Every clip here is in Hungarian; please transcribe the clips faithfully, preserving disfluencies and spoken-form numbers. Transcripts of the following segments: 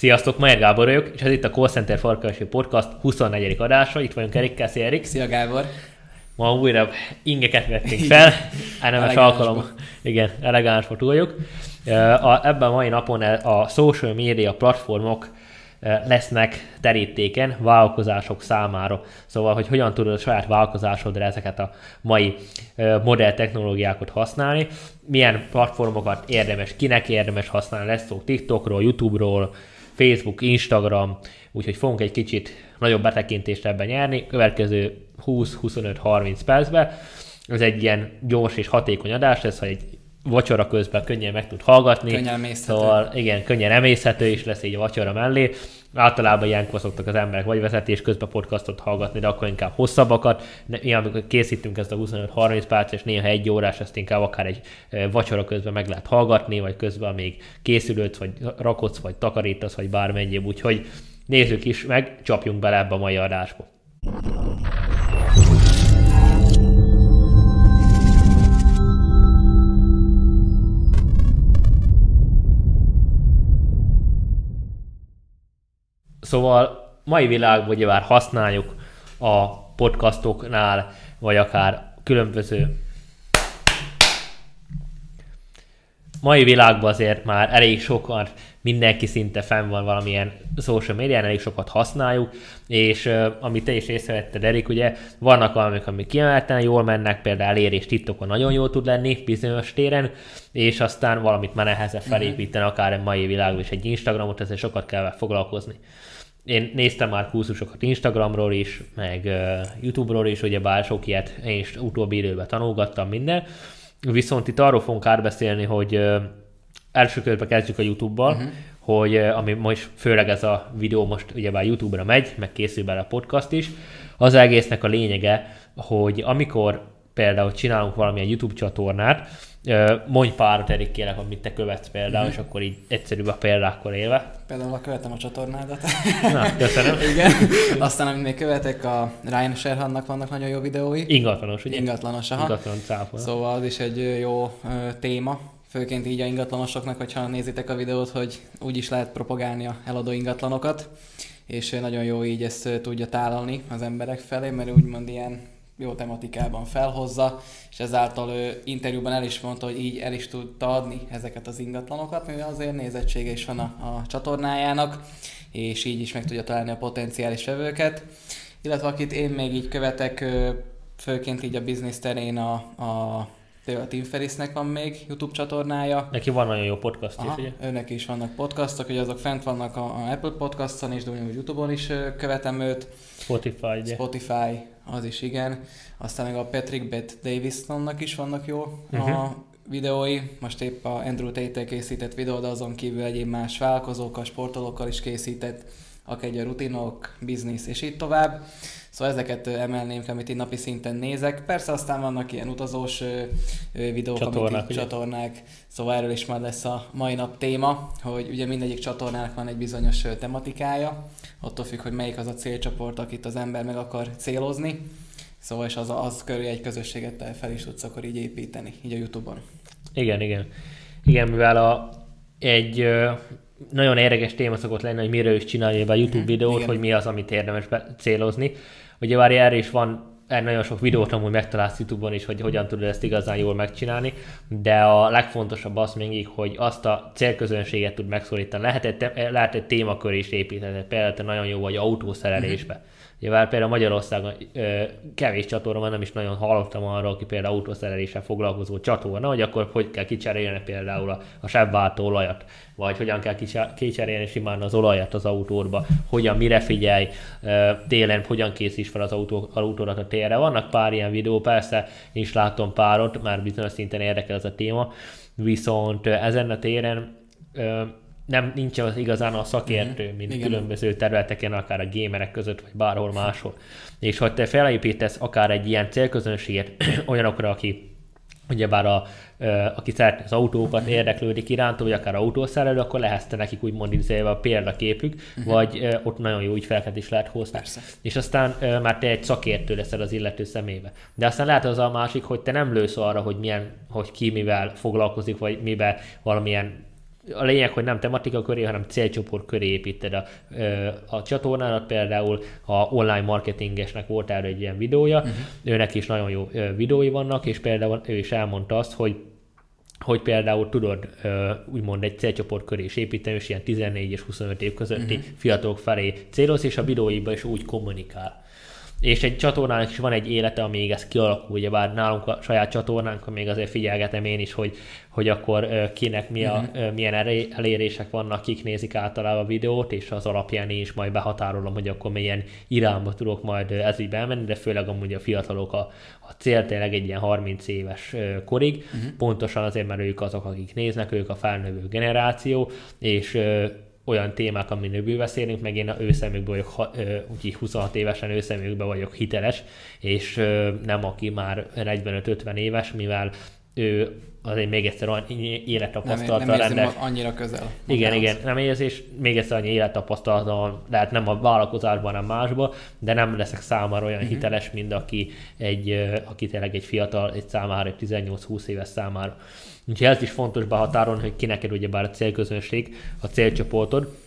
Sziasztok, Mayer Gábor vagyok, és ez itt a Call Center Farkalási Podcast huszonnegyedik adása. Itt vagyunk Erikkel, szia Erik! Szia Gábor! Ma újra ingeket vettünk fel, elnemes alkalom, igen, elegánsba túljuk. Ebben a mai napon a social media platformok lesznek terítéken vállalkozások számára. Szóval, hogy hogyan tudod a saját vállalkozásodra ezeket a mai modern technológiákat használni, milyen platformokat érdemes, kinek érdemes használni, lesz szó TikTokról, YouTube-ról, Facebook, Instagram, úgyhogy fogunk egy kicsit nagyobb betekintést ebben nyerni, következő húsz-huszonöt-harminc percben. Ez egy ilyen gyors és hatékony adás lesz, ha egy vacsora közben könnyen meg tud hallgatni. Könnyen emészhető. Szóval igen, könnyen emészhető is lesz így a vacsora mellé. Általában ilyenkor szoktak az emberek vagy vezetés közben podcastot hallgatni, de akkor inkább hosszabbakat. Ilyen, amikor készítünk ezt a huszonöt-harminc perc, és néha egy órás, ezt inkább akár egy vacsora közben meg lehet hallgatni, vagy közben még készülődsz, vagy rakodsz, vagy takarítasz, vagy bármi egyéb. Úgyhogy nézzük is meg, csapjunk bele ebbe a mai adásba. Szóval mai világban ugye már használjuk a podcastoknál, vagy akár különböző mai világban azért már elég sokan, mindenki szinte fenn van valamilyen social médián, elég sokat használjuk, és uh, amit te is észrevetted, Erik, ugye vannak valamik, amik kiemelten jól mennek, például elérés TikTokon nagyon jól tud lenni bizonyos téren, és aztán valamit már nehezebb felépíteni, akár a mai világban is egy Instagramot, ezzel sokat kell foglalkozni. Én néztem már kurzusokat Instagramról is, meg uh, YouTube-ról is, ugyebár sok ilyet én is utóbbi időben tanulgattam minden, viszont itt arról fogunk átbeszélni, hogy uh, első körben kezdjük a YouTube-bal, uh-huh. hogy uh, ami most főleg ez a videó most ugyebár YouTube-ra megy, meg készül bele a podcast is, az egésznek a lényege, hogy amikor például csinálunk valamilyen YouTube csatornát, mondj párat, Erik, kérlek, amit te követsz például, mm-hmm. és akkor így egyszerűbb a példákkal élve. Például követem a csatornádat. Na, köszönöm. Igen. Aztán, amit még követek, a Ryan Sherhannak vannak nagyon jó videói. Ingatlanos, ugye? Ingatlanos, aha. Ingatlan cápol. Szóval az is egy jó ö, téma, főként így a ingatlanosoknak, hogyha nézitek a videót, hogy úgy is lehet propagálni a eladó ingatlanokat, és nagyon jó így ezt tudja tálalni az emberek felé, mert úgymond ilyen jó tematikában felhozza, és ezáltal ő interjúban el is mondta, hogy így el is tudta adni ezeket az ingatlanokat, mivel azért nézettsége is van a, a csatornájának, és így is meg tudja találni a potenciális vevőket. Illetve akit én még így követek, főként így a business terén a, a, a Tim Ferrissnek van még YouTube csatornája. Neki van nagyon jó podcast is, ugye? Őnek is vannak podcastok, hogy azok fent vannak a, a Apple Podcaston is, de ugyanúgy YouTube-on is követem őt. Spotify, ugye? Spotify, az is igen. Aztán meg a Patrick Bet Davisonnak is vannak jó uh-huh. a videói. Most épp a Andrew Tate-tel készített videó, de azon kívül egyéb más vállalkozókkal, sportolókkal is készített, akár a rutinok, biznisz és így tovább. Szóval ezeket emelném, amit én napi szinten nézek. Persze aztán vannak ilyen utazós videók, csatornák, amit így csatornák. Szóval erről is már lesz a mai nap téma, hogy ugye mindegyik csatornának van egy bizonyos tematikája. Attól függ, hogy melyik az a célcsoport, akit az ember meg akar célozni. Szóval és az, az körül egy közösséget fel is tudsz akkor így építeni, így a YouTube-on. Igen, igen. Igen, mivel a, egy ö, nagyon érdekes téma szokott lenni, hogy miről is csinálja a YouTube videót, igen. hogy mi az, amit érdemes célozni. Ugye már erre is van nagyon sok videót, amúgy megtalálsz YouTube-on is, hogy hogyan tudod ezt igazán jól megcsinálni, de a legfontosabb az még, hogy azt a célközönséget tud megszólítani. Lehet egy, lehet egy témakör is építeni, például te nagyon jó vagy autószerelésbe. Uh-huh. Ugye már például Magyarországon ö, kevés csatorna van, nem is nagyon hallottam arról, aki például autószereléssel foglalkozó csatorna, hogy akkor hogy kell kicserélni például a, a sebváltó olajat, vagy hogyan kell kicserélni simán az olajat az autódba, hogyan, mire figyelj, ö, télen hogyan készíts fel az autó, autódat a térre. Vannak pár ilyen videó, persze én is látom párot, már bizonyos szinten érdekel ez a téma, viszont ezen a téren ö, nem nincs az igazán a szakértő, mint igen. különböző területeken, akár a gamerek között, vagy bárhol máshol. És hogy te felépítesz akár egy ilyen célközönséget olyanokra, aki ugyebár a, aki szeret az autókat, érdeklődik iránta, vagy akár autószerelő, akkor lehetsz te nekik úgymond idézve a példaképük, uh-huh. vagy ott nagyon jó ügyfeleket is lehet hozni. Persze. És aztán már te egy szakértő leszel az illető szemébe. De aztán lehet az a másik, hogy te nem lősz arra, hogy milyen, hogy ki mivel foglalkozik, vagy mivel valamilyen a lényeg, hogy nem tematika köré, hanem célcsoport köré építed a, a csatornádat. Például a online marketingesnek volt erre egy ilyen videója, uh-huh. őnek is nagyon jó videói vannak, és például ő is elmondta azt, hogy hogy például tudod úgymond egy célcsoport köré is építeni, és ilyen tizennégy és huszonöt év közötti uh-huh. fiatalok felé céloz, és a videóiban is úgy kommunikál. És egy csatornának is van egy élete, amíg ez kialakul, ugye bár nálunk a saját csatornánk, még azért figyelgetem én is, hogy, hogy akkor kinek mi a, uh-huh. milyen elérések vannak, kik nézik általában a videót, és az alapján én is majd behatárolom, hogy akkor milyen irányba tudok majd ezügybe elmenni, de főleg amúgy a fiatalok a, a cél tényleg egy ilyen harminc éves korig, uh-huh. pontosan azért, mert ők azok, akik néznek, ők a felnövő generáció, és olyan témák, amin nőből beszélünk, meg én ő szemükben vagyok, úgyhogy huszonhat évesen ő szemükben vagyok hiteles, és nem aki már negyvenöt-ötven éves, mivel ő azért még egyszer annyi élettapasztalata nem, nem rendes. annyira közel. Igen, igen, nem érzés, még egyszer annyi élettapasztalata, lehet nem a vállalkozásban, hanem másban, de nem leszek számára olyan uh-huh. hiteles, mint aki, egy, aki tényleg egy fiatal, egy számára, egy tizennyolc-húsz éves számára. Úgyhogy ez is fontos behatárolni, hogy ki neked ugyebár a célközönség, a célcsoportod,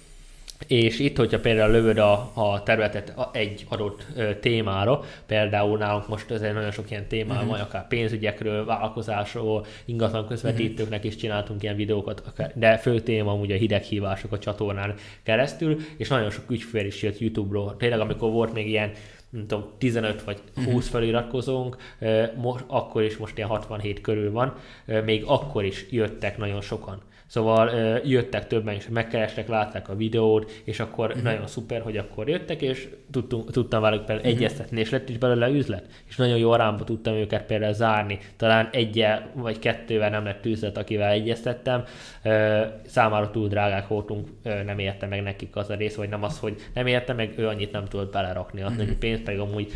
és itt, hogyha például lövöd a, a területet egy adott ö, témára, például nálunk most azért nagyon sok ilyen témá uh-huh. van, akár pénzügyekről, vállalkozásról, ingatlan közvetítőknek is csináltunk ilyen videókat, akár, de fő téma amúgy a hideghívások a csatornán keresztül, és nagyon sok ügyfél is jött YouTube-ról. Tényleg, amikor volt még ilyen nem tudom, tizenöt vagy húsz feliratkozónk, most, akkor is most ilyen hatvanhét körül van, még akkor is jöttek nagyon sokan. Szóval jöttek többen is, megkerestek, látták a videót, és akkor uh-huh. nagyon szuper, hogy akkor jöttek, és tudtunk, tudtam velük például uh-huh. egyeztetni, és lett is belőle üzlet. És nagyon jó arányba tudtam őket például zárni. Talán egyel vagy kettővel nem lett üzlet, akivel egyeztettem. Számára túl drágák voltunk, nem érte meg nekik az a rész, vagy nem az, hogy nem érte meg, ő annyit nem tudott belerakni. Az uh-huh. pénzt pedig amúgy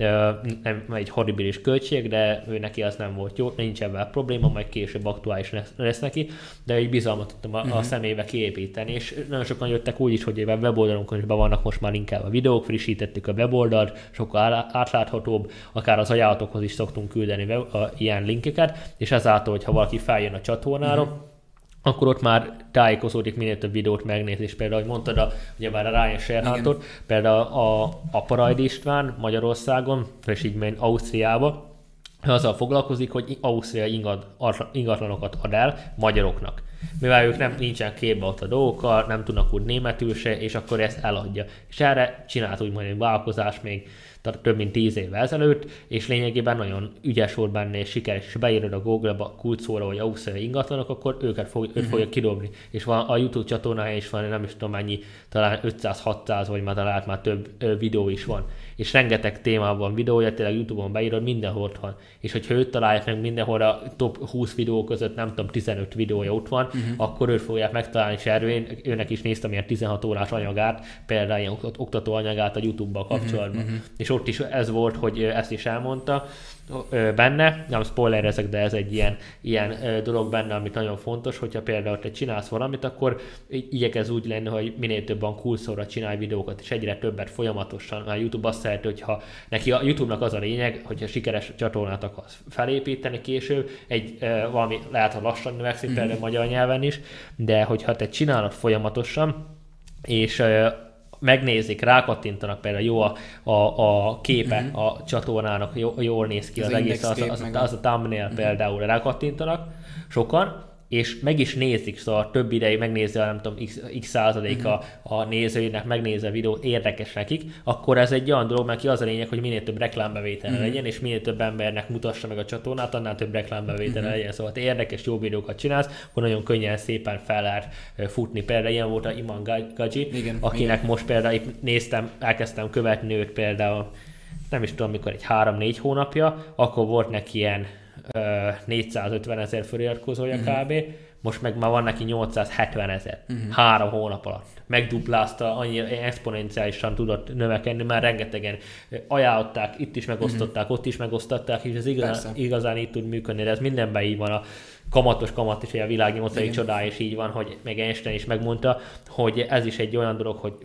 nem egy horribilis költség, de ő neki az nem volt jó, nincs ebben probléma, majd később aktuális lesz, lesz neki, de egy bizalmat tudtam a, uh-huh. a szemébe kiépíteni, és nagyon sokan jöttek úgy is, hogy a weboldalunkon is be vannak most már inkább a videók, frissítettük a weboldalt, sokkal átláthatóbb, akár az ajánlatokhoz is szoktunk küldeni a, a, ilyen linkeket, és ezáltal, hogyha valaki feljön a csatornára, uh-huh. akkor ott már tájékozódik, minél több videót megnéz, és például, ahogy mondtad, a, ugyebár a Ryan Sherhardtot, például a, a Parajd István Magyarországon, és így megy Ausztriába, azzal foglalkozik, hogy Ausztria ingatlanokat ad el magyaroknak. Mivel ők nem nincsen képbe ott a dolgokkal, nem tudnak úgy németül se, és akkor ezt eladja. És erre csinált úgymond egy vállalkozás még több mint tíz évvel ezelőtt, és lényegében nagyon ügyes volt benne, és sikeres, és beírod a Google-ba kulcsszóra, hogy Ausztria ingatlanok, akkor őket fog, őt fogja kidobni. És van a YouTube csatornája is van, nem is tudom mennyi, talán ötszáz-hatszáz, vagy már talált már több ö, videó is van. És rengeteg témában videója, tényleg YouTube-on beírod, mindenhol ott van. És hogyha őt találják meg mindenhol a top húsz videó között, nem tudom, tizenöt videója ott van, uh-huh. akkor őt fogják megtalálni, és erről én őnek is néztem ilyen tizenhat órás anyagát, például ilyen oktató anyagát a YouTube-bal kapcsolatban. Uh-huh. És ott is ez volt, hogy ezt is elmondta benne, nem spoilerezek, de ez egy ilyen, ilyen dolog benne, amit nagyon fontos, hogyha például te csinálsz valamit, akkor igyekez úgy lenni, hogy minél többen kulcsszóra csinálj videókat, és egyre többet folyamatosan. Már YouTube azt szereti, hogyha neki a YouTube-nak az a lényeg, hogyha sikeres csatornát akarsz felépíteni később, egy valami lehet, hogy lassan növekszik, mm-hmm. például magyar nyelven is, de hogyha te csinálod folyamatosan, és megnézik, rákattintanak, például jó a, a, a képe uh-huh. a csatornának, jó, jól néz ki az, az egész, az, az, az, az a thumbnail uh-huh. például, rákattintanak sokan, és meg is nézik, szóval több ideig megnézi, nem tudom, x, x százalék a, a nézőinek, megnézi a videót, érdekes nekik, akkor ez egy olyan dolog, neki az a lényeg, hogy minél több reklámbevétele uh-huh. legyen, és minél több embernek mutassa meg a csatornát, annál több reklámbevétele uh-huh. legyen. Szóval, ha érdekes, jó videókat csinálsz, akkor nagyon könnyen szépen fel lehet futni. Például ilyen volt a Iman Gaji, igen, akinek igen. most például itt néztem, elkezdtem követni őt például, nem is tudom mikor, egy három-négy hónapja, akkor volt neki ilyen négyszázötven ezer feliratkozója uh-huh. kb. Most meg már van neki nyolcszázhetven ezer. Uh-huh. Három hónap alatt. megduplázta, annyira exponenciálisan tudott növekedni, már rengetegen ajánlották, itt is megosztották, uh-huh. ott is megosztották, és ez igazán, igazán így tud működni, de ez mindenben így van, a kamatos kamat is, a világ nyolcadik csodája is így van, hogy meg Einstein is megmondta, hogy ez is egy olyan dolog, hogy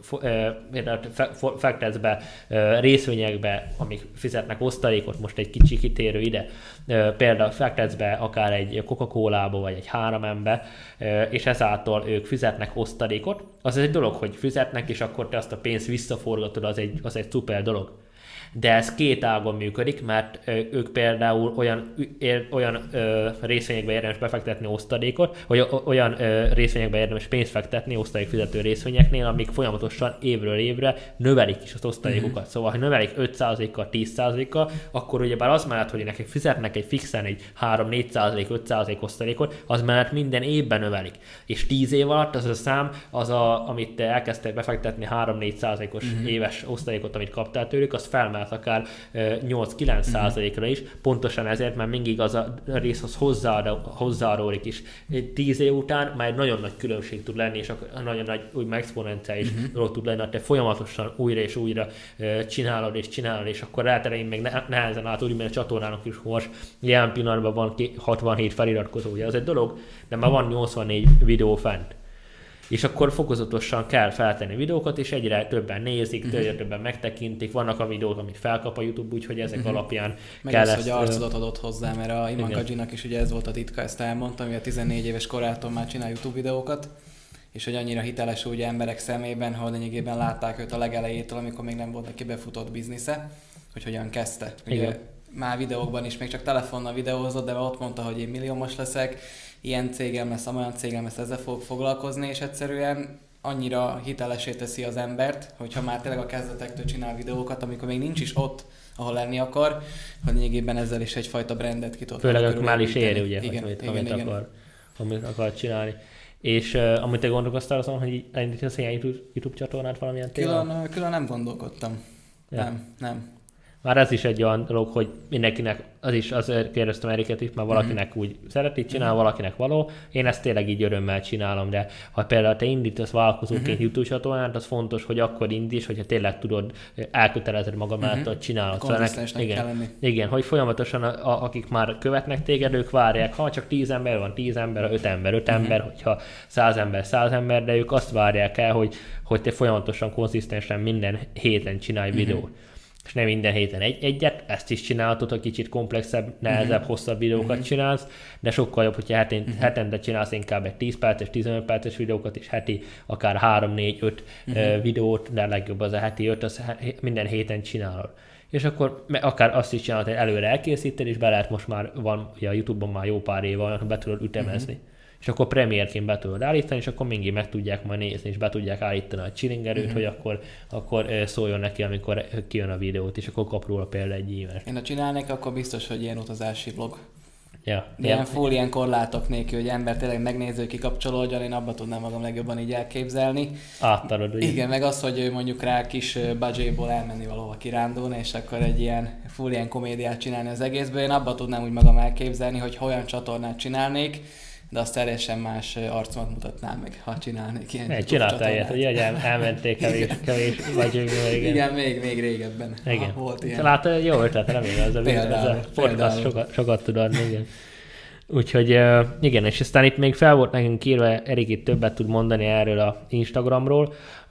fektetsz be részvényekbe, amik fizetnek osztalékot, most egy kicsi kitérő ide, például fektetsz be akár egy Coca-Colába, vagy egy három em-be, és ezáltal ők fizetnek osztalékot, az egy dolog, hogy fizetnek, és akkor te azt a pénzt visszaforgatod, az egy, az egy szuper dolog. De ez két ágon működik, mert ők például olyan, olyan ö, részvényekbe érdemes befektetni osztalékot, vagy olyan ö, részvényekbe érdemes pénzt fektetni osztalékfizető részvényeknél, amik folyamatosan évről évre növelik is az osztalékokat. Mm-hmm. Szóval, ha növelik öt százalékkal, tíz százalékkal, akkor ugyebár az mellett, hogy nekik fizetnek egy fixen egy három-négy százalék, öt százalék osztalékot, az mellett minden évben növelik. És tíz év alatt az a szám, az a, amit te elkezdtél befektetni három-négy százalékos mm-hmm. éves osztalékot, amit kaptál tőlük, az felmelt akár nyolc-kilenc százalékra is, pontosan ezért, mert mindig az a részhoz hozzáadódik is. tíz év után már egy nagyon nagy különbség tud lenni, és nagyon nagy úgy exponenciális uh-huh. dolog tud lenni, hogy te folyamatosan újra és újra csinálod és csinálod, és akkor ráterején még nehezen át, úgy, mert a csatornának is most jelen pillanatban van hatvanhét feliratkozója. Az egy dolog, de már van nyolcvannégy videó fent. És akkor fokozatosan kell feltenni videókat, és egyre többen nézik, uh-huh. egyre többen megtekintik, vannak a videók, amit felkap a YouTube, úgyhogy ezek uh-huh. alapján meg kell az, ezt... hogy arcodat adott hozzá, mert a Iman Gadzsinak is ugye ez volt a titka, ezt elmondtam, hogy a tizennégy éves korától már csinál YouTube videókat, és hogy annyira hiteles ugye emberek szemében, hogy lényegében látták őt a legelejétől, amikor még nem volt neki befutott biznisze, hogy hogyan kezdte. Ugye már videókban is még csak telefonnal videózott, de ott mondta, hogy én milliómos leszek, ilyen cégem lesz, amolyan cégem lesz, ezzel fogok foglalkozni, és egyszerűen annyira hitelesé teszi az embert, hogyha már tényleg a kezdetektől csinál videókat, amikor még nincs is ott, ahol lenni akar, hogy lényegében ezzel is egyfajta brandet ki tud. Főleg akkor már is éri, ugye, igen, amit, igen, amit, igen. Akar, amit akar csinálni. És uh, amit te gondolkoztál azon, hogy elindítasz ilyen YouTube, YouTube csatornát valamilyen témában? Külön, külön nem gondolkodtam. Ja. Nem, nem. Már ez is egy olyan dolog, hogy mindenkinek, az is, azért kérdeztem Eriket is, mert valakinek mm-hmm. úgy szereti csinál, mm-hmm. valakinek való. Én ezt tényleg így örömmel csinálom, de ha például te indítasz vállalkozóként mm-hmm. YouTube csatornát, az fontos, hogy akkor indíts, hogyha tényleg tudod, elkötelezed magad mellett, mm-hmm. hogy csinálod. Konzisztensnek igen, kell lenni. Igen, hogy folyamatosan a, a, akik már követnek téged, ők várják, ha csak tíz ember van, tíz ember, öt ember, öt mm-hmm. ember, hogyha száz ember, száz ember, de ők azt várják el, hogy, hogy te folyamatosan, konzisztensen minden héten csinálj mm-hmm. videót. És nem minden héten egy, egyet, ezt is csinálhatod, hogy kicsit komplexebb, nehezebb, uh-huh. hosszabb videókat uh-huh. csinálsz, de sokkal jobb, hogyha hetén, uh-huh. hetente csinálsz inkább egy tíz perces, tizenöt perces videókat, és heti akár három, négy, öt uh-huh. videót, de legjobb az a heti öt, az minden héten csinálod. És akkor akár azt is csinálod, hogy előre elkészíted, és be lehet, most már van, ugye a YouTube-on már jó pár év van, hogy be tudod ütemezni. Uh-huh. És akkor premierként be tudod állítani, és akkor mindig meg tudják majd nézni, és be tudják állítani a csilingerőt, uh-huh. hogy akkor, akkor szóljon neki, amikor kijön a videót, és akkor kap róla például egy e-mailt. Én ha csinálnék, akkor biztos, hogy ilyen utazási vlog. Ja, de ilyen full ilyen korlátok nélkül, hogy ember tényleg megnéző, kikapcsolódjon, én abba tudnám magam legjobban így elképzelni. Áttarod, ugye? Igen, meg az, hogy mondjuk rá kis budgetból elmenni valahova kirándulni, és akkor egy ilyen full ilyen komédiát csinálni az egészből, én abba tudnám úgy magam elképzelni, hogy olyan csatornát csinálnék, de azt teljesen más arcomat mutatnám meg, ha csinálnék ilyen. Ne, csináltál ilyet, hogy el, elmenték kevés, kevés vagy igen. Igen, még, még régebben. Igen. Ha, volt ilyen. Látod, jó ötlet, remélem, ez a, ez a podcast sokat, sokat tud adni, igen. Úgyhogy igen, és aztán itt még fel volt nekünk írva, Erik itt többet tud mondani erről a Instagramról,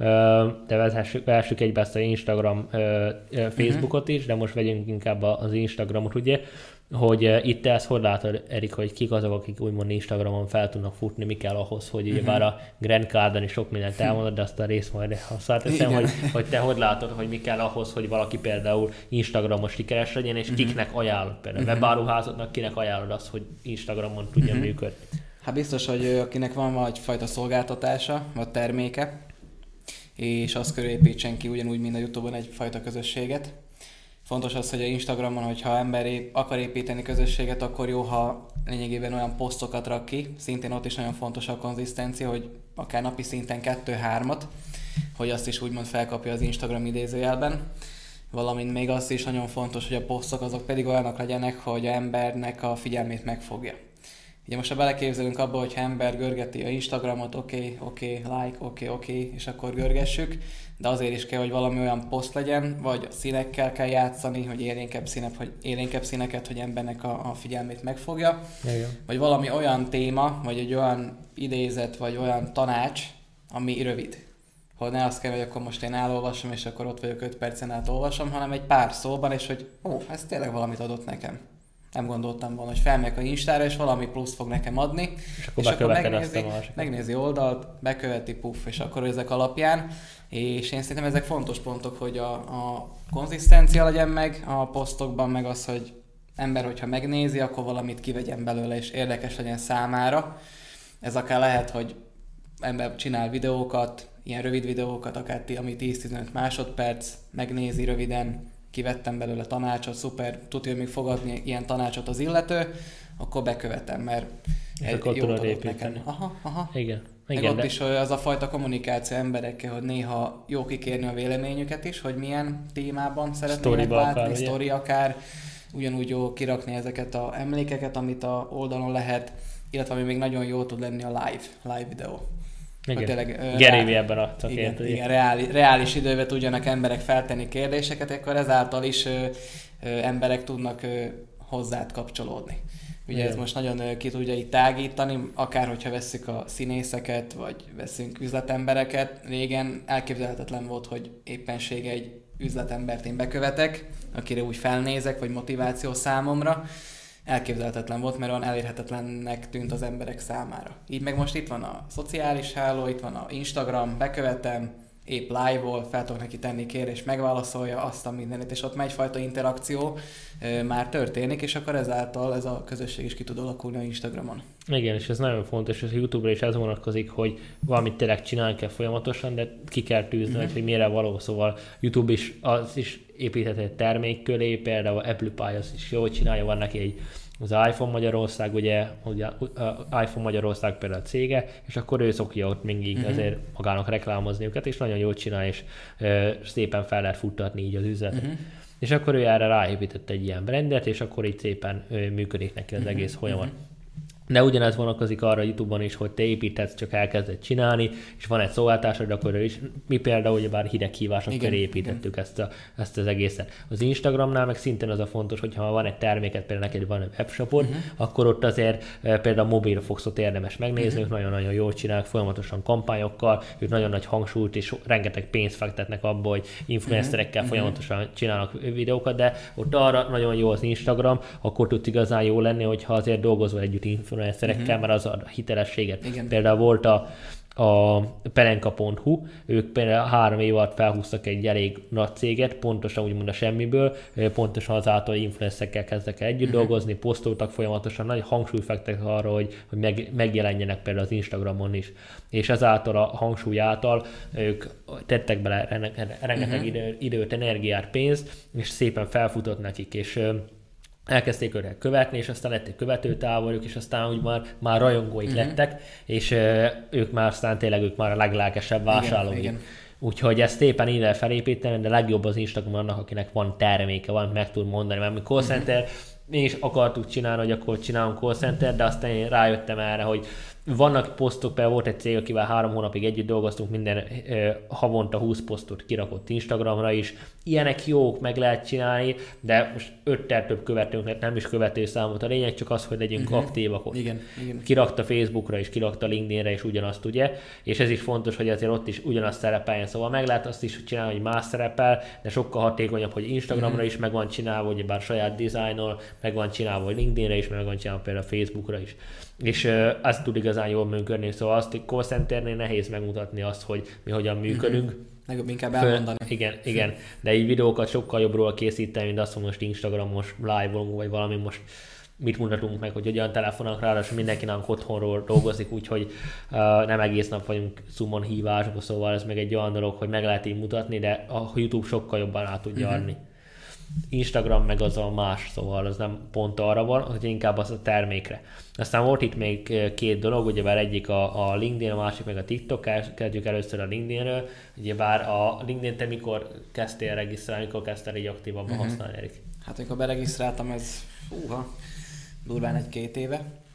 de vezessük, vezessük egybe ezt az Instagram Facebookot is, de most vegyünk inkább az Instagramot, ugye, hogy uh, itt te ezt hogy látod, Erik, hogy kik azok, akik úgymond Instagramon fel tudnak futni, mi kell ahhoz, hogy uh-huh. bár a Grand Cardon is sok mindent elmondod, de azt a részt majd hozzáteszem, hogy, hogy te hogy látod, hogy mi kell ahhoz, hogy valaki például Instagramon sikeres legyen, és uh-huh. kiknek ajánlod például. Uh-huh. Webáruházatnak kinek ajánlod azt, hogy Instagramon tudja uh-huh. működni? Hát biztos, hogy akinek van valagyfajta szolgáltatása, vagy terméke, és azt körül építsen ki ugyanúgy, mint a YouTube-on egyfajta közösséget. Fontos az, hogy a Instagramon, hogyha ember ép, akar építeni közösséget, akkor jó, ha lényegében olyan posztokat rak ki. Szintén ott is nagyon fontos a konzisztencia, hogy akár napi szinten kettő-hármat, hogy azt is úgymond felkapja az Instagram idézőjelben. Valamint még az is nagyon fontos, hogy a posztok azok pedig olyanok legyenek, hogy a embernek a figyelmét megfogja. Ugye most ha beleképzelünk abba, hogyha ember görgeti a Instagramot, oké, okay, oké, okay, like, oké, okay, oké, okay, és akkor görgessük, de azért is kell, hogy valami olyan poszt legyen, vagy a színekkel kell játszani, hogy élénkebb, színep, hogy élénkebb színeket, hogy embernek a, a figyelmét megfogja. Igen. Vagy valami olyan téma, vagy egy olyan idézet, vagy olyan tanács, ami rövid. Hogy ne azt kell, hogy akkor most én elolvasom, és akkor ott vagyok öt percen át olvasom, hanem egy pár szóban, és hogy ó, ez tényleg valamit adott nekem. Nem gondoltam volna, hogy felmegyek a Instára, és valami plusz fog nekem adni. És akkor, és akkor megnézi, megnézi oldalt, beköveti, puff, és akkor ezek alapján. És én szerintem ezek fontos pontok, hogy a, a konzisztencia legyen meg a posztokban, meg az, hogy ember, hogyha megnézi, akkor valamit kivegyen belőle, és érdekes legyen számára. Ez akár lehet, hogy ember csinál videókat, ilyen rövid videókat, akár ami tíz-tizenöt másodperc, megnézi röviden, kivettem belőle tanácsot, szuper, tudja még fogadni ilyen tanácsot az illető, akkor bekövetem, mert és egy jót adott nekem. Aha, aha. Igen. Meg Igen, ott de... is az a fajta kommunikáció emberekkel, hogy néha jó kikérni a véleményüket is, hogy milyen témában szeretnének látni, sztori akár, ugyanúgy jó kirakni ezeket az emlékeket, amit a oldalon lehet, illetve ami még nagyon jó tud lenni a live, live videó. Igen, Gerévi ebben a szakért. Igen, igen reális, reális időben tudjanak emberek feltenni kérdéseket, akkor ezáltal is ö, ö, emberek tudnak ö, hozzád kapcsolódni. Ugye igen. Ez most nagyon ö, ki tudja itt tágítani, akár hogyha vesszük a színészeket, vagy veszünk üzletembereket. Régen elképzelhetetlen volt, hogy éppensége egy üzletembert én bekövetek, akire úgy felnézek, vagy motiváció számomra. Elképzelhetetlen volt, mert olyan elérhetetlennek tűnt az emberek számára. Így meg most itt van a szociális háló, itt van a Instagram, bekövetem, épp live-ol, fel tudok neki tenni kérdést, megválaszolja azt a mindenit, és ott már egyfajta interakció e, már történik, és akkor ezáltal ez a közösség is ki tud alakulni a Instagramon. Igen, és ez nagyon fontos, és a YouTube-ra is ez vonatkozik, hogy valamit tényleg csinálni kell folyamatosan, de ki kell tűzni, uh-huh. hogy mire való. Szóval YouTube is, az is építhet egy termék köré, például Apple Pie az is jól csinálja, van neki egy az iPhone Magyarország, ugye, ugye iPhone Magyarország például a cége, és akkor ő szokja ott mindig uh-huh. azért magának reklámozni őket, és nagyon jól csinál, és ö, szépen fel lehet futtatni így az üzletet. Uh-huh. És akkor ő erre ráépített egy ilyen brandet, és akkor így szépen ö, működik neki az uh-huh. egész folyamat. Uh-huh. De ugyanez vonatkozik arra YouTube-on is, hogy te építhetsz, csak elkezded csinálni, és van egy szolgáltásod, akkor is. Mi például ugyebár hideghívások köré építettük ezt, a, ezt az egészet. Az Instagramnál meg szintén az a fontos, hogy ha van egy terméket, például neked van egy webshopod, uh-huh. akkor ott azért például mobilra fogsz ott érdemes megnézni, uh-huh. ők nagyon-nagyon jól csinálnak, folyamatosan kampányokkal, ők nagyon nagy hangsúlyt és rengeteg pénzt fektetnek abba, hogy influencerekkel uh-huh. folyamatosan csinálnak videókat, de ott arra nagyon jó az Instagram, akkor tud igazán jó lenni, hogyha azért dolgozol együtt influencerekkel, uh-huh. mert az a hitelességet. Igen. Például volt a, a pelenka pont hu, ők például három év alatt felhúztak egy elég nagy céget, pontosan úgymond a semmiből, pontosan azáltal, hogy influencerekkel kezdtek el együtt uh-huh. dolgozni, posztoltak folyamatosan, nagy hangsúly fektettek arra, hogy, hogy meg, megjelenjenek például az Instagramon is. És ezáltal a hangsúly által ők tettek bele rengeteg uh-huh. idő, időt, energiát, pénzt, és szépen felfutott nekik, és elkezdték őket követni, és aztán lettek követőtáborok, és aztán úgy már, már rajongóik uh-huh. lettek, és uh, ők már aztán tényleg ők már a leglelkesebb vásárlói. Igen, igen. Úgyhogy ezt szépen így lehet felépíteni, de legjobb az Instagram annak, akinek van terméke, van, meg tud mondani, mert mi call center, uh-huh. mi is akartuk csinálni, hogy akkor csinálunk call center, de aztán én rájöttem erre, hogy vannak posztok, például volt egy cég, akivel három hónapig együtt dolgoztunk, minden eh, havonta húsz posztot kirakott Instagramra is. Ilyenek jók, meg lehet csinálni, de most öttel több követőnknek nem is követőszámot. A lényeg csak az, hogy legyünk uh-huh. aktívak ott. Igen, igen. Kirakta Facebookra is, kirakta LinkedInre is ugyanazt, ugye? És ez is fontos, hogy azért ott is ugyanazt szerepeljen. Szóval meg lehet azt is csinálni, hogy más szerepel, de sokkal hatékonyabb, hogy Instagramra uh-huh. is meg van csinálva, hogy bár saját dizájnol, meg van csinálva, hogy LinkedInre is, meg van csinálva például Facebookra is. És uh, ez tud igazán jól működni, szóval azt, hogy call centernél nehéz megmutatni azt, hogy mi hogyan működünk. Mm-hmm. Legjobb inkább elmondani. Föl, igen, igen, de így videókat sokkal jobbról készíteni, mint azt, hogy most Instagramos live-olunk, vagy valami most mit mutatunk meg, hogy hogyan telefonálunk rá, és mindenki nálunk otthonról dolgozik, úgyhogy uh, nem egész nap vagyunk Zoomon hívásba, szóval ez meg egy olyan dolog, hogy meg lehet így mutatni, de a YouTube sokkal jobban rá tudja mm-hmm. adni. Instagram meg az a más, szóval az nem pont arra van, hogy inkább az a termékre. Aztán volt itt még két dolog, ugyebár egyik a, a LinkedIn, a másik meg a TikTok, kezdjük először a LinkedInről. Ugyebár a LinkedIn te mikor kezdtél regisztrálni, mikor kezdtél így aktívabban uh-huh. használni, Erik? Hát amikor beregisztráltam, ez húha, durván egy-két éve.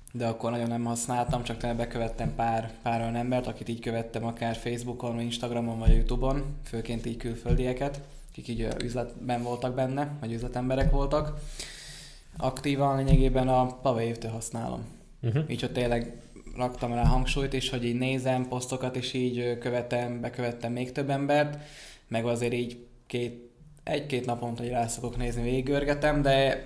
de akkor nagyon nem használtam, csak tényleg bekövettem pár, pár olyan embert, akit így követtem akár Facebookon, vagy Instagramon, vagy YouTube-on, főként így külföldieket, akik így üzletben voltak benne, vagy üzletemberek voltak. Aktívan lényegében a Pavewave-től használom. Uh-huh. Így, hogy tényleg raktam rá hangsúlyt is, hogy így nézem, posztokat is így követem, bekövettem még több embert, meg azért így két, egy-két naponta, hogy rá szokok nézni, végigörgetem, de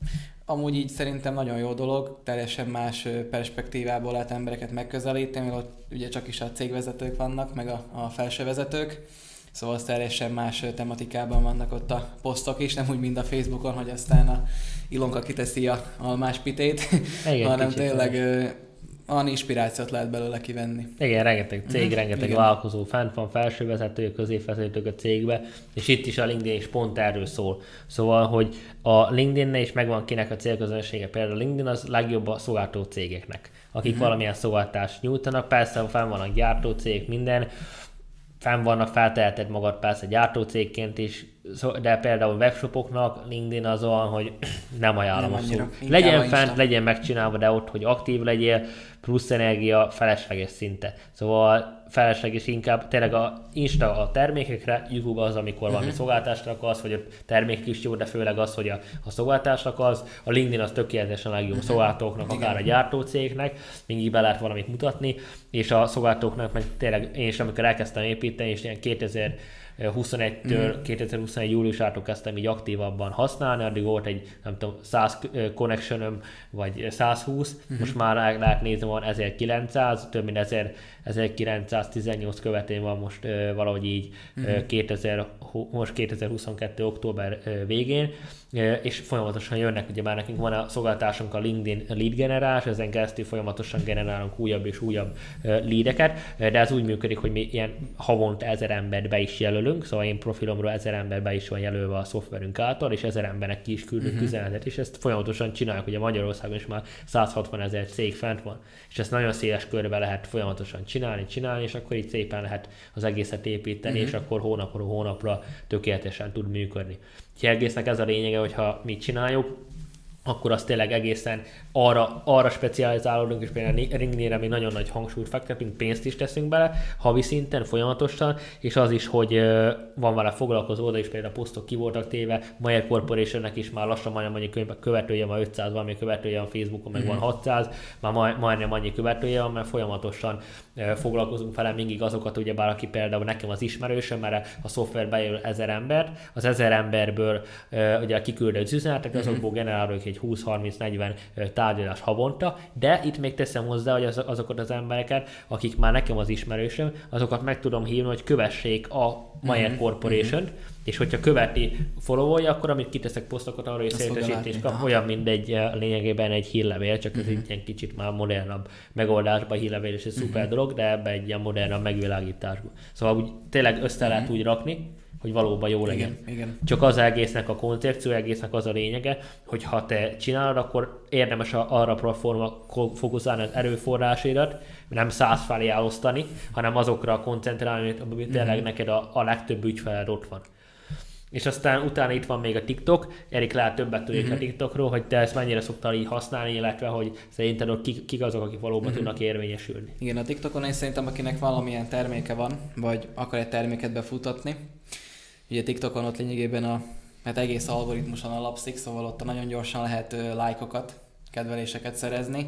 amúgy így szerintem nagyon jó dolog, teljesen más perspektívából lehet embereket megközelíteni, ott ugye csak is a cégvezetők vannak, meg a, a felsővezetők, szóval az teljesen más tematikában vannak ott a posztok is, nem úgy, mint a Facebookon, hogy aztán a Ilonka kiteszi a almás pitét, igen, hanem tényleg olyan inspirációt lehet belőle kivenni. Igen, rengeteg cég, uh-huh. rengeteg igen. vállalkozó fent van, felsővezető, középvezetők a cégbe, és itt is a LinkedIn is pont erről szól. Szóval, hogy a LinkedIn-ne is megvan kinek a célközönsége. Például a LinkedIn az legjobb a szolgáltató cégeknek, akik uh-huh. valamilyen szolgáltást nyújtanak. Persze fenn vannak gyártó cég, minden, fenn vannak, felteheted magad persze gyártócégként is, de például webshopoknak LinkedIn az olyan, hogy nem ajánlom nem annyira, legyen fent, legyen megcsinálva, de ott, hogy aktív legyél, plusz energia, felesleges szinte. Szóval felesleges inkább tényleg a Insta a termékekre, YouTube az, amikor uh-huh. valami szolgáltást akarsz, vagy a termék is jó, de főleg az, hogy a, a szolgáltást akarsz. A LinkedIn az tökéletesen a legjobb uh-huh. szolgáltatóknak, akár a gyártócégnek, mindig be lehet valamit mutatni, és a szolgáltatóknak meg tényleg én is, amikor elkezdtem építeni, és ilyen kétezer-huszonegytől mm. kétezer-huszonegy júliusától kezdtem így aktívabban használni, addig volt egy, nem tudom, száz connectionöm, vagy száz húsz, mm. most már lehet nézni, van ezerkilencszáz, több mint ezerkilencszáztizennyolc követén van most uh, valahogy így mm. uh, kétezer, most kétezer-huszonkettő október uh, végén, uh, és folyamatosan jönnek, ugye már nekünk van a szolgáltásunk a LinkedIn lead generálás, ezen keresztül folyamatosan generálunk újabb és újabb uh, leadeket, uh, de ez úgy működik, hogy mi ilyen havonta ezer embert be is jelölünk, szóval én profilomról ezer ember be is van jelölve a szoftverünk által, és ezer embernek ki is küldünk uh-huh. üzenetet, és ezt folyamatosan csináljuk, ugye Magyarországon is már száz hatvan ezer cég fent van, és ezt nagyon széles körbe lehet folyamatosan csinálni, csinálni, és akkor így szépen lehet az egészet építeni, uh-huh. és akkor hónapról hónapra tökéletesen tud működni. Úgyhogy egésznek ez a lényege, hogyha mit csináljuk, akkor az tényleg egészen arra, arra specializálódunk, és például a LinkedIn-re még nagyon nagy hangsúlyt fektetünk, pénzt is teszünk bele, havi szinten, folyamatosan, és az is, hogy van vele foglalkozó oda is, például a posztok ki voltak téve, Mayer Corporationnek is már lassan majdnem annyi követője van, ötszáz, valami követője van Facebookon, meg mm. van hatszáz, már majd, majdnem annyi követője van, mert folyamatosan foglalkozunk vele, mindig azokat, ugye bár aki például nekem az ismerősöm, mert a szoftver bejön ezer embert, az ezer emberből ugye kiküldött üzenetek, azokból generálunk egy húsz-harminc-negyven tárgyalás havonta, de itt még teszem hozzá, hogy az, azokat az embereket, akik már nekem az ismerősöm, azokat meg tudom hívni, hogy kövessék a Mayer mm-hmm. Corporation-t, és hogyha követi, followolja, akkor amit kiteszek posztokat, arra is széltesítést kap, aha. olyan, mint egy lényegében egy hírlevél, csak ez mm-hmm. egy ilyen kicsit már modernabb megoldásban, hírlevél és egy mm-hmm. szuper dolog, de ebbe egy ilyen modernabb megvilágításban. Szóval úgy tényleg össze lehet mm-hmm. úgy rakni, hogy valóban jó legyen. Igen, igen. Csak az egésznek a koncepció, egésznek az a lényege, hogy ha te csinálod, akkor érdemes arra a platformra fókuszálni az erőforrásaidat, nem száz felé elosztani, hanem azokra koncentrálni, amit tényleg mm-hmm. neked a, a legtöbb ügyfeled ott van. És aztán utána itt van még a TikTok, Erik lehet többet tudjuk mm-hmm. a TikTokról, hogy te ezt mennyire szoktál így használni, illetve hogy szerinted ott kik, kik azok, akik valóban mm-hmm. tudnak érvényesülni. Igen, a TikTokon én szerintem, akinek valamilyen terméke van, vagy akar egy terméket befutatni, ugye TikTokon ott lényegében a, mert egész algoritmuson alapszik, szóval ott nagyon gyorsan lehet lájkokat, kedveléseket szerezni,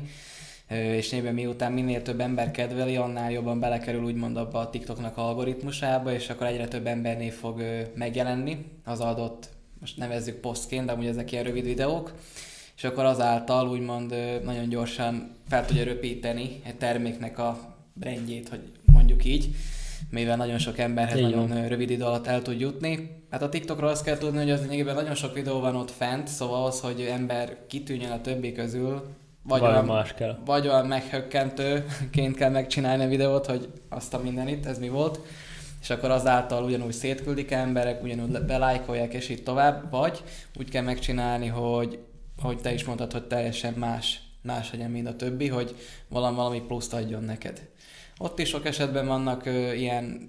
és néven miután minél több ember kedveli, annál jobban belekerül úgymond abba a TikToknak algoritmusába, és akkor egyre több embernél fog megjelenni az adott, most nevezzük posztként, de amúgy ezek ilyen rövid videók, és akkor azáltal úgymond nagyon gyorsan fel tudja röpíteni egy terméknek a brandjét, hogy mondjuk így, mivel nagyon sok emberhez Igen. nagyon rövid idő alatt el tud jutni. Hát a TikTokról azt kell tudni, hogy az lényegében nagyon sok videó van ott fent, szóval az, hogy ember kitűnjön a többi közül, vagy olyan, más kell. vagy olyan meghökkentőként kell megcsinálni a videót, hogy azt a mindenit, ez mi volt, és akkor azáltal ugyanúgy szétküldik emberek, ugyanúgy belájkolják, és így tovább, vagy úgy kell megcsinálni, hogy, hogy te is mondtad, hogy teljesen más, más legyen, mint a többi, hogy valami, valami pluszt adjon neked. Ott is sok esetben vannak ö, ilyen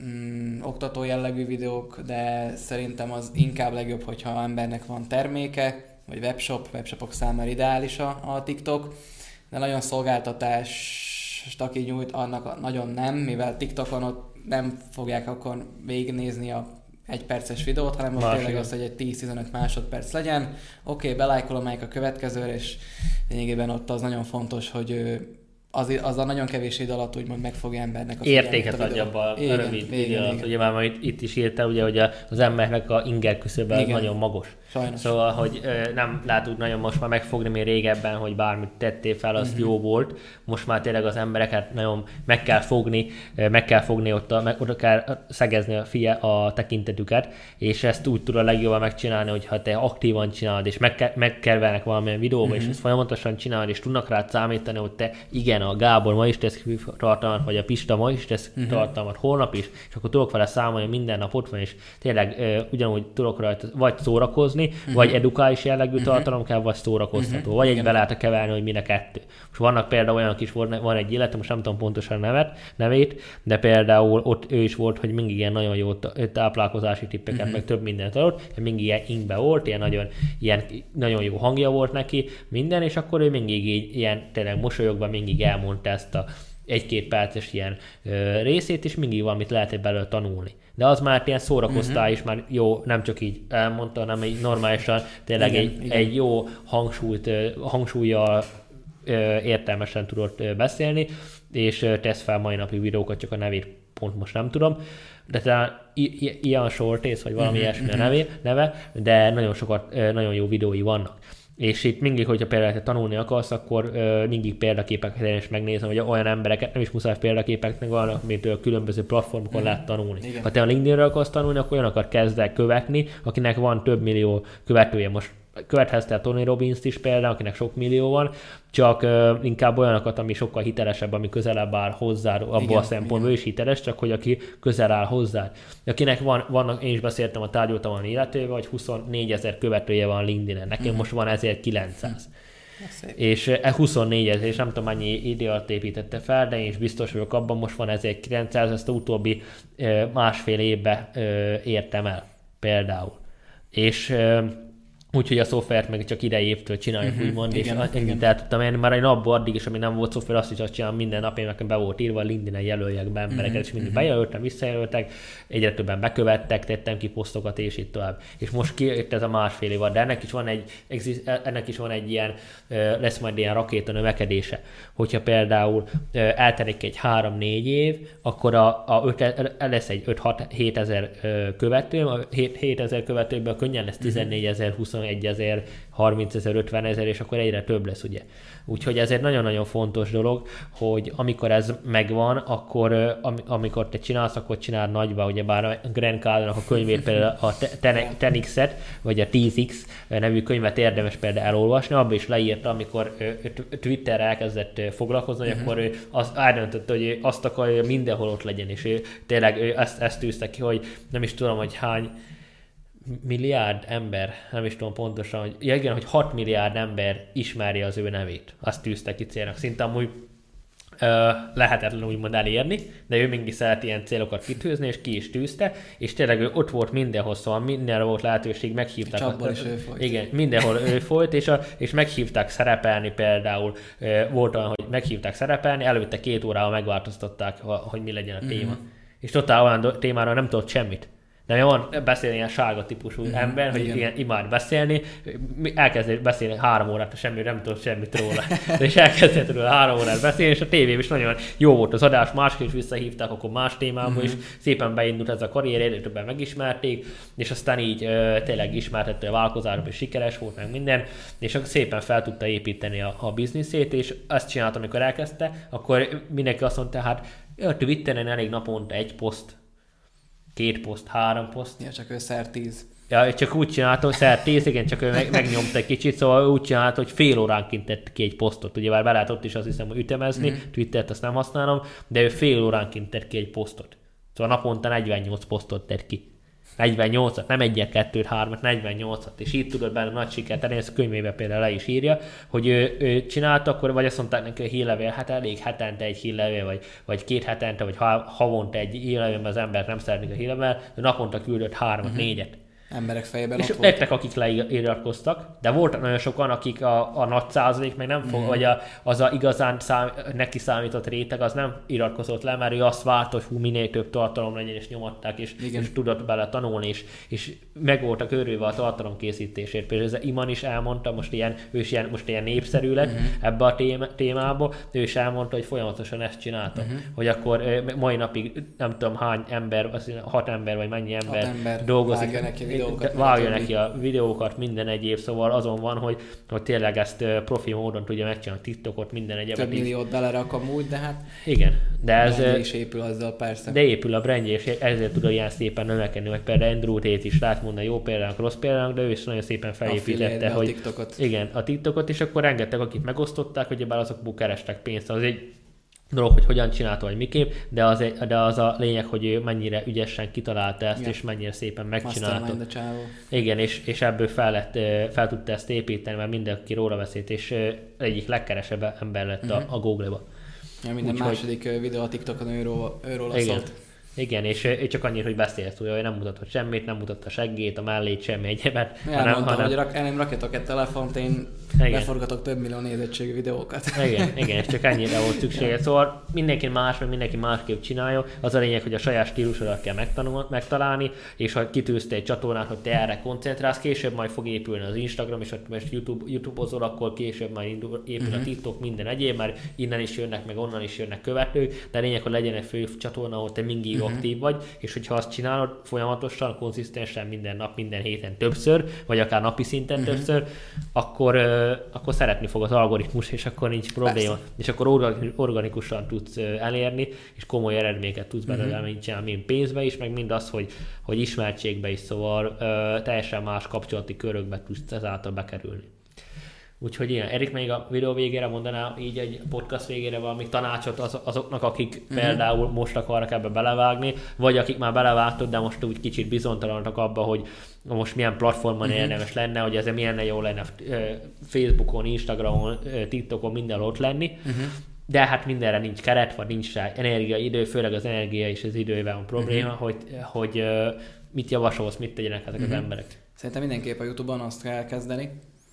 mm, oktató jellegű videók, de szerintem az inkább legjobb, hogyha embernek van terméke, vagy webshop, webshopok számára ideális a, a TikTok, de nagyon szolgáltatást, aki nyújt, annak nagyon nem, mivel TikTokon ott nem fogják akkor végignézni a egy perces videót, hanem most tényleg az, hogy egy tíz-tizenöt másodperc legyen. Oké, okay, belájkolom melyik a következőre, és lényegében ott az nagyon fontos, hogy az, az a nagyon kevés idő alatt úgymond megfogja embernek a értéket adja abban a rövid idő alatt. Ugye már itt, itt is írta, ugye, hogy az embernek a inger küszöbe nagyon magos. Sajnos. Szóval, hogy ö, nem látod nagyon most már megfogni, még régebben, hogy bármit tettél fel, az uh-huh. jó volt. Most már tényleg az embereket nagyon meg kell fogni, meg kell fogni ott, a, meg, oda kell szegezni a, fia, a tekintetüket, és ezt úgy tudod legjobban megcsinálni, hogyha te aktívan csinálod, és meg, megkervelnek valamilyen videóba, uh-huh. és ezt folyamatosan csinálod, és tudnak rád számítani, hogy te igen, a Gábor ma is tesz tartalmat, vagy a Pista ma is tesz uh-huh. tartalmat, holnap is, és akkor tudok vele számolni, minden nap ott van, és tényleg ö, ugyanúgy tudok rajta vagy szórakozni, Uh-huh. vagy edukális jellegű uh-huh. tartalom kell, vagy szórakoztató, uh-huh. vagy egybe lehet keverni, hogy mind a kettő. Most vannak például olyanok is, volt, van egy illető, most nem tudom pontosan a nevet, nevét, de például ott ő is volt, hogy mindig ilyen nagyon jó táplálkozási tippeket, uh-huh. meg több mindent adott, mindig ilyen ingbe volt, ilyen nagyon, ilyen nagyon jó hangja volt neki, minden, és akkor ő mindig így ilyen tényleg mosolyogva mindig elmondta ezt a egy-két perces ilyen ö, részét, és mindig valamit lehet belőle tanulni. De az már ilyen szórakoztál uh-huh. is, már jó, nem csak így elmondta, hanem így normálisan tényleg igen, egy, igen. egy jó hangsúlyt, hangsúlyjal értelmesen tudott beszélni, és tesz fel mai napi videókat, csak a nevét pont most nem tudom, de talán ilyen Shortész, vagy valami uh-huh. ilyesmi a nevé, neve, de nagyon sokat, nagyon jó videói vannak. És itt mindig, hogyha például te tanulni akarsz, akkor uh, mindig példaképeket is megnézem, hogy olyan embereket, nem is muszáj példaképeknek vannak, mint a különböző platformokon mm. lehet tanulni. Igen. Ha te a LinkedInről akarsz tanulni, akkor olyanokat kezd el követni, akinek van több millió követője. Most követhetsz te Tony Robbins-t is például, akinek sok millió van, csak uh, inkább olyanokat, ami sokkal hitelesebb, ami közelebb áll hozzá, abban a szempontból is hiteles, csak hogy aki közel áll hozzá. Akinek van, vannak, én is beszéltem a tárgyaltalan életével, hogy huszonnégyezer követője van LinkedIn-en, nekem uh-huh. most van ezerkilencszáz. Uh-huh. És e huszonnégyezer, és nem tudom mennyi idő alatt építette fel, de én is biztos vagyok abban, most van ezerkilencszáz, ezt a utóbbi uh, másfél évben uh, értem el például. És uh, úgyhogy a szoftvert meg csak idei évtől csináljuk, uh-huh, úgymond, igen, és ennyit el tudtam menni. Már egy napban addig is, amíg nem volt szoftver, azt is azt csinálom minden nap, én nekem be volt írva, LinkedIn-en jelöljek be embereket, uh-huh, és mindig uh-huh. bejelöltem, visszajelöltek, egyre többen bekövettek, tettem ki posztokat, és így tovább. És most kijött ez a másfél évad, de ennek is van egy, ennek is van egy ilyen, lesz majd ilyen rakéta növekedése. Hogyha például eltelik egy három-négy év, akkor a, a öt, lesz egy öt-hat-hét ezer követő, a hét ezer követőből könnyen lesz tizennégyezer, huszonegyezer, harmincezer, ötvenezer, és akkor egyre több lesz, ugye. Úgyhogy ez egy nagyon-nagyon fontos dolog, hogy amikor ez megvan, akkor am, amikor te csinálsz, akkor csinál nagyba, ugye bár a Grant Cardone-nak a könyvét, például a ten x-et, vagy a tíz x nevű könyvet érdemes például elolvasni, abban is leírta, amikor Twitterre elkezdett foglalkozni, hogy uh-huh. akkor ő az, eldöntötte, hogy ő azt akarja, mindenhol ott legyen, és ő tényleg ő ezt, ezt tűzte ki, hogy nem is tudom, hogy hány milliárd ember, nem is tudom pontosan, hogy, ja igen, hogy hat milliárd ember ismeri az ő nevét. Azt tűzte ki célnak. Szinte amúgy ö, lehetetlen úgymond elérni, de ő mindig szeret ilyen célokat kitűzni, és ki is tűzte, és tényleg ő ott volt mindenhol, szóval mindenhol volt lehetőség, meghívták. Csapból is ő folyt. Igen, mindenhol ő folyt, és, a, és meghívták szerepelni például, ö, volt olyan, hogy meghívták szerepelni, előtte két órával megváltoztatták, hogy mi legyen a téma. Mm-hmm. És totál olyan témára nem tudott semmit. De van beszélni ilyen sárga típusú mm, ember, hogy igen. ilyen imád beszélni, elkezdett beszélni három órát, semmi, nem tudott semmit róla. És elkezdett róla három órát beszélni, és a tévében is nagyon jó volt az adás, másképp is visszahívták, akkor más témában mm-hmm. is szépen beindult ez a karrier, egyre többen megismerték, és aztán így uh, tényleg ismertette a vállalkozásban, és sikeres volt, meg minden, és szépen fel tudta építeni a, a bizniszét, és azt csinálta, amikor elkezdte, akkor mindenki azt mondta, hát a Twitteren elég naponta egy poszt, két poszt, három poszt. Ja, csak ő szer tíz. Ja, csak úgy csinálta, szer tíz, igen, csak ő meg, megnyomta egy kicsit, szóval úgy csinálta, hogy fél óránként tett ki egy posztot. Ugye már be lehet ott is azt hiszem, hogy ütemezni, mm-hmm. Twittert azt nem használom, de ő fél óránként tett ki egy posztot. Szóval naponta negyvennyolc posztot tett ki. negyvennyolcat, nem egyet, kettőt, hármat, negyvennyolcat, és így tudod benne nagy sikert tenni, ezt a könyvében például le is írja, hogy ő, ő csinálta, akkor vagy azt mondták neki, hogy hírlevél, hát elég hetente egy hírlevél, vagy, vagy két hetente, vagy havonta egy hírlevél, mert az embert nem szeretnék a hírlevél, de naponta küldött hármat, uh-huh. négyet. emberek fejében és ott lettek, akik leiratkoztak, de voltak nagyon sokan, akik a, a nagy százalék meg nem fog, mm. vagy a, az a igazán szám, neki számított réteg, az nem iratkozott le, mert ő azt várta, hogy hú, minél több tartalom legyen, és nyomatták, és, és tudott bele tanulni, és, és meg voltak örülve a tartalom készítésért. Például ez Iman is elmondta, most ilyen, ő is ilyen, most ilyen népszerű lett mm. ebbe a téma, témába, ő is elmondta, hogy folyamatosan ezt csinálta. Mm. Hogy akkor mai napig nem tudom hány ember, az hat ember, vagy mennyi ember, ember dolgozik, vágja neki, videókat, vágja neki a videókat, minden egyéb, szóval azon van, hogy, hogy tényleg ezt profi módon tudja megcsinálni, TikTokot, minden egyébet. Több milliót belerak amúgy, de hát igen, de ez is épül azzal, persze. De épül a brandje, és ezért tud ilyen szépen növekedni, vagy például Andrew Tate is lehet mondani jó példának, rossz példának, de ő is nagyon szépen felépítette, hogy a TikTokot. Igen, a TikTokot, és akkor rengeteg, akik megosztották, hogy bár azokból kerestek pénzt, az egy dolog, hogy hogyan csinálta, vagy miképp, de az, egy, de az a lényeg, hogy ő mennyire ügyesen kitalálta ezt, igen. és mennyire szépen megcsinálta. Igen, és, és ebből fel, lett, fel tudta ezt építeni, mert mindenki róla beszélt, és egyik legkeresebb ember lett uh-huh. a, a Google-ba. Ja, minden úgy, második hogy... videó a TikTokon őról, őról szólt. Igen, és ő csak annyit, hogy beszélt, hogy nem mutatott semmit, nem mutatta a seggét, a mellét, semmi egyebet. Hanem, mondtam, hanem... hogy rak, el nem rakjatok egy telefont, én igen. beforgatok több millió nézettségű videókat. Igen, igen, és csak ennyire volt szüksége. Szóval mindenki más, vagy mindenki másképp csinálja. Az a lényeg, hogy a saját stílusodat kell megtalálni, és ha kitűzte egy csatornát, hogy te erre koncentrálsz, később majd fog épülni az Instagram, és ha most YouTube, YouTube-ozol, akkor később majd épül uh-huh. a TikTok, minden egyéb, mert innen is jönnek, meg onnan is jönnek követők, de a lényeg, hogy legyen egy fő csatorna, ahol te mindig uh-huh. aktív vagy, és hogyha azt csinálod folyamatosan, konzisztensen minden nap, minden héten többször, vagy akár napi szinten uh-huh. többször, akkor, uh, akkor szeretni fog az algoritmus, és akkor nincs probléma. Persze. És akkor organikusan tudsz elérni, és komoly eredményeket tudsz belőle uh-huh. csinálni, mind pénzbe is, meg mind az, hogy, hogy ismertségbe is, szóval uh, teljesen más kapcsolati körökbe tudsz ezáltal bekerülni. Úgyhogy ilyen. Erik még a videó végére mondaná így egy podcast végére valami tanácsot az, azoknak, akik uh-huh. például most akarnak ebbe belevágni, vagy akik már belevágtad, de most úgy kicsit bizonytalanok abba, hogy most milyen platformon uh-huh. érdemes lenne, hogy ez milyen jó lenne Facebookon, Instagramon, TikTokon, mindenhol ott lenni. Uh-huh. De hát mindenre nincs keret, vagy nincs rá energia, idő, főleg az energia és az idővel van probléma, uh-huh. hogy, hogy mit javasolsz, mit tegyenek ezek uh-huh. az emberek. Szerintem mindenképp a YouTube-on azt kell elkezdeni,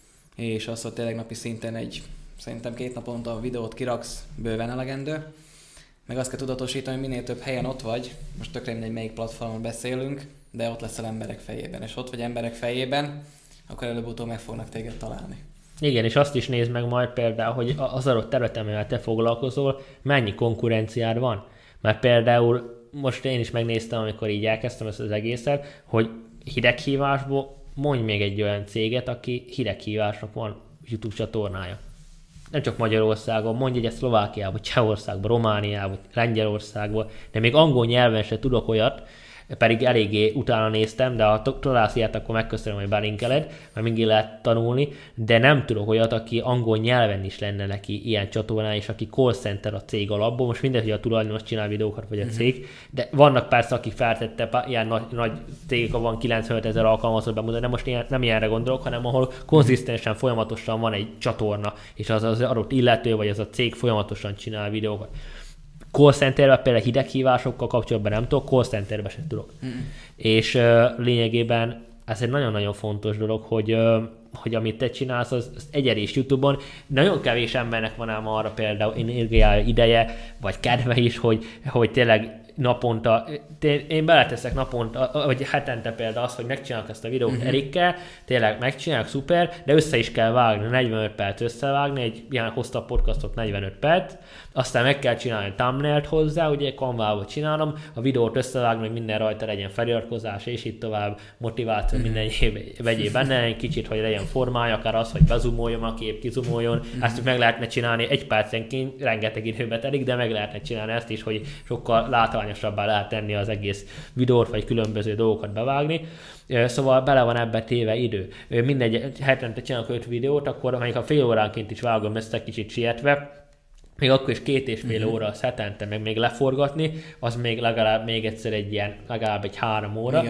és az, hogy tényleg napi szinten egy, szerintem két naponta a videót kiraksz, bőven elegendő. Meg azt kell tudatosítani, hogy minél több helyen ott vagy, most tökre mindegy, melyik platformon beszélünk, de ott leszel emberek fejében, és ott vagy emberek fejében, akkor előbb-utóbb meg fognak téged találni. Igen, és azt is nézd meg majd például, hogy az adott területen, amivel te foglalkozol, mennyi konkurenciád van. Mert például most én is megnéztem, amikor így elkezdtem ezt az egészet, hogy hideghívásból mondj még egy olyan céget, aki hideghívásnak van YouTube csatornája. Nem csak Magyarországon, mondj egyet Szlovákiában, Csehországban, Romániában, Lengyelországban, de még angol nyelven se tudok olyat, pedig eléggé utána néztem, de ha találsz ilyet, akkor megköszönöm, hogy belinkeled, mert mindig lehet tanulni, de nem tudok olyat, aki angol nyelven is lenne neki ilyen csatorná, és aki call center a cég alapból, most mindegy, hogy a tulajdonos csinál videókat, vagy a uh-huh. cég, de vannak persze, akik feltette, ilyen nagy, nagy cégek, van kilencvenöt ezer alkalmazott bemutatni, de most ilyen, nem ilyenre gondolok, hanem ahol konzisztensen, folyamatosan van egy csatorna, és az az adott illető, vagy az a cég folyamatosan csinál videókat. Call centerben például hideghívásokkal kapcsolatban nem tudok, call centerben sem tudok. Mm. És uh, lényegében ez egy nagyon-nagyon fontos dolog, hogy, uh, hogy amit te csinálsz, az, az egyenlés YouTube-on. Nagyon kevés embernek van ám arra például energiája, ideje, vagy kedve is, hogy, hogy tényleg naponta, én beleteszek naponta, vagy hetente például az, hogy megcsinálok ezt a videót uh-huh. Erikkel, tényleg megcsinálok, szuper, de össze is kell vágni, negyvenöt perc összevágni, egy ilyen hosszabb podcastot negyvenöt perc, aztán meg kell csinálni thumbnailt hozzá, ugye Canva-ból csinálom, a videót összevágni, hogy minden rajta legyen feliratkozás, és így tovább, motiváció, uh-huh. minden vegyél benne, egy kicsit, hogy legyen formája, akár az, hogy bezumoljon a kép, kizumoljon, uh-huh. ezt meg lehetne csinálni egy percenként, rengeteg időbe telik, de meg lehetne csinálni ezt is, hogy sokkal látványosabbá lehet tenni az egész videót, vagy különböző dolgokat bevágni. Szóval bele van ebbe téve idő. Mindegy, hetente csinálok öt videót, akkor amelyik a fél óránként is vágom ezt egy kicsit sietve, még akkor is két és fél óra az hetente meg még leforgatni, az még legalább még egyszer egy ilyen, legalább egy három óra. Igen.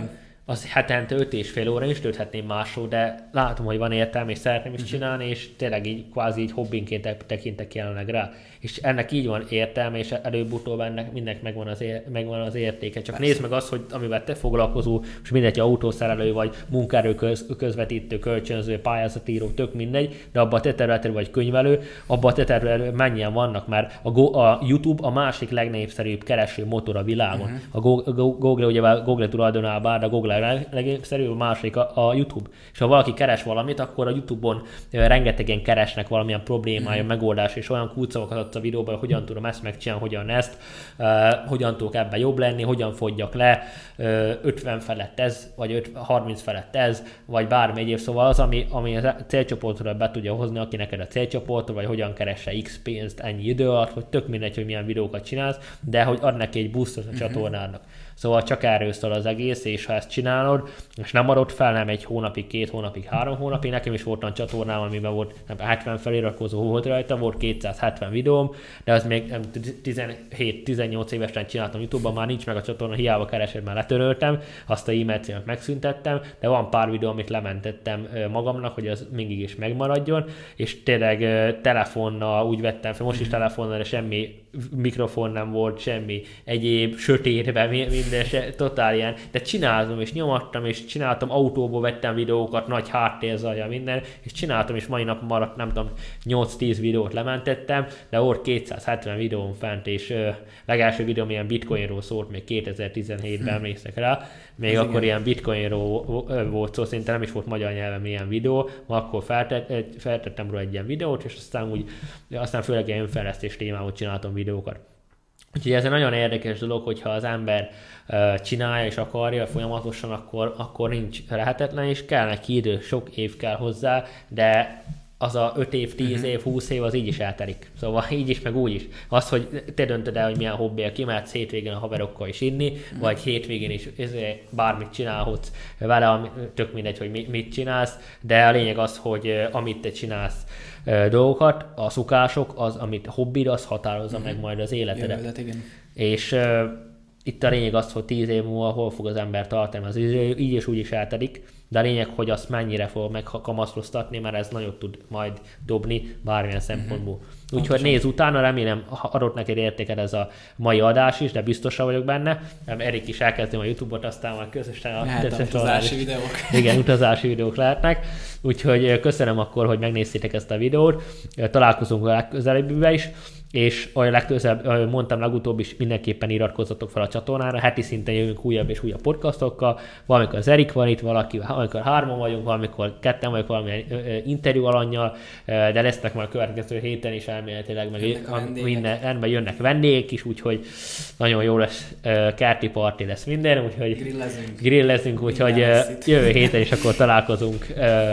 az hetente öt és fél óra is tölthetném máshol, de látom, hogy van értelme, és szeretném is csinálni, és tényleg így kvázi így hobbinként tekintek jelenleg rá. És ennek így van értelme, és előbb-utóbb ennek mindennek megvan az, ér, megvan az értéke. Csak Persze. Nézd meg azt, hogy amivel te foglalkozó, és mindegy, autószerelő vagy, munkaerő köz, közvetítő, kölcsönző, pályázatíró, tök mindegy, de abban a te területed vagy könyvelő, abban a te területed mennyien vannak, mert a, Go, a YouTube a másik legnépszerűbb kereső motor a világon. Uh-huh. A Go, Go, Google, ugye a Google tulajdonában, bár a Google a legnépszerűbb, a másik a, a YouTube. És ha valaki keres valamit, akkor a YouTube-on rengetegen keresnek valamilyen problémája, uh-huh. megoldás, és olyan kulcsszavakat adsz a videóban, hogy hogyan tudom ezt megcsinálni, hogyan ezt, uh, hogyan tudok ebben jobb lenni, hogyan fogyjak le, uh, ötven felett ez, vagy harminc felett ez, vagy bármi egyéb. Szóval az, ami, ami a célcsoportra be tudja hozni, aki neked a célcsoport, vagy hogyan keresse X pénzt ennyi idő alatt, hogy tök mindegy, hogy milyen videókat csinálsz, de hogy ad neki egy boostot a uh-huh. csatornának. Szóval csak erről szól az egész, és ha ezt csinálod, és nem adod fel, nem egy hónapig, két hónapig, három hónapig, nekem is volt olyan csatornám, amiben volt nem, hetven feliratkozó volt rajta, volt kétszázhetven videóm, de az még tizenhét-tizennyolc évesen csináltam YouTube-ban, már nincs meg a csatorna, hiába keresed, már letöröltem, azt a e-mail címet megszüntettem, de van pár videó, amit lementettem magamnak, hogy az mindig is megmaradjon, és tényleg telefonnal úgy vettem fel, most is telefonnal, de semmi mikrofon nem volt, semmi egyéb, sötétben, minden se, totál ilyen, de csináltam és nyomattam, és csináltam, autóból vettem videókat, nagy háttérzajja, minden, és csináltam, és mai nap maradt, nem tudom, nyolc-tíz videót lementettem, de volt kétszázhetven videóm fent, és ö, legelső videóm ilyen bitcoinról szólt, még kétezer-tizenhétben hm. emlékszek rá, még Ez akkor igen. ilyen bitcoinról volt szó, szinte nem is volt magyar nyelven ilyen videó, akkor feltett, feltettem róla egy ilyen videót, és aztán úgy, aztán főleg ilyen önfejlesztés témából csináltam videókat. Úgyhogy ez egy nagyon érdekes dolog, hogyha az ember uh, csinálja és akarja folyamatosan, akkor, akkor nincs lehetetlen, és kell neki idő, sok év kell hozzá, de az a öt év, tíz év, húsz év az így is eltelik. Szóval így is, meg úgy is. Az, hogy te döntöd el, hogy milyen hobbija kimehetsz hétvégén a haverokkal is inni, mm. vagy hétvégén is bármit csinálhatsz vele, ami, tök mindegy, hogy mit csinálsz, de a lényeg az, hogy amit te csinálsz dolgokat, a szokások, az, amit hobbid, az határozza mm. meg majd az életedet. Jövődet, igen. És uh, itt a lényeg az, hogy tíz év múlva hol fog az ember tartani, az így és úgy is eltelik, de a lényeg, hogy azt mennyire fog megkamasztoztatni, mert ez nagyot tud majd dobni bármilyen szempontból. Mm-hmm. Úgyhogy nézz utána, remélem adott neked értéket ez a mai adás is, de biztosan vagyok benne. Erik is elkezdtem a YouTube-ot, aztán majd közösen a hát, utazási videók. Igen, utazási videók lehetnek. Úgyhogy köszönöm akkor, hogy megnéztétek ezt a videót. Találkozunk a legközelebbiben is. És olyan legközelebb, mondtam legutóbb is, mindenképpen iratkozzatok fel a csatornára, heti szinten jövünk újabb és újabb podcastokkal, valamikor az Erik van itt, valaki, valamikor hárman vagyunk, valamikor ketten vagyok valamilyen interjú alannyal, de lesznek majd a következő héten is elméletileg, meg minden, rendben jönnek vendégek is, úgyhogy nagyon jó lesz, kerti parti lesz minden, úgyhogy grillezünk, grillezünk úgyhogy jövő héten is akkor találkozunk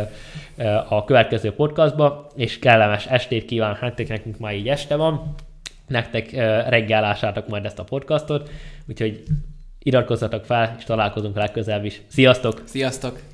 a következő podcastba, és kellemes estét kívánok nektek, nekünk már így este van, nektek reggel lássátok majd ezt a podcastot, úgyhogy iratkozzatok fel, és találkozunk legközelebb is. Sziasztok! Sziasztok!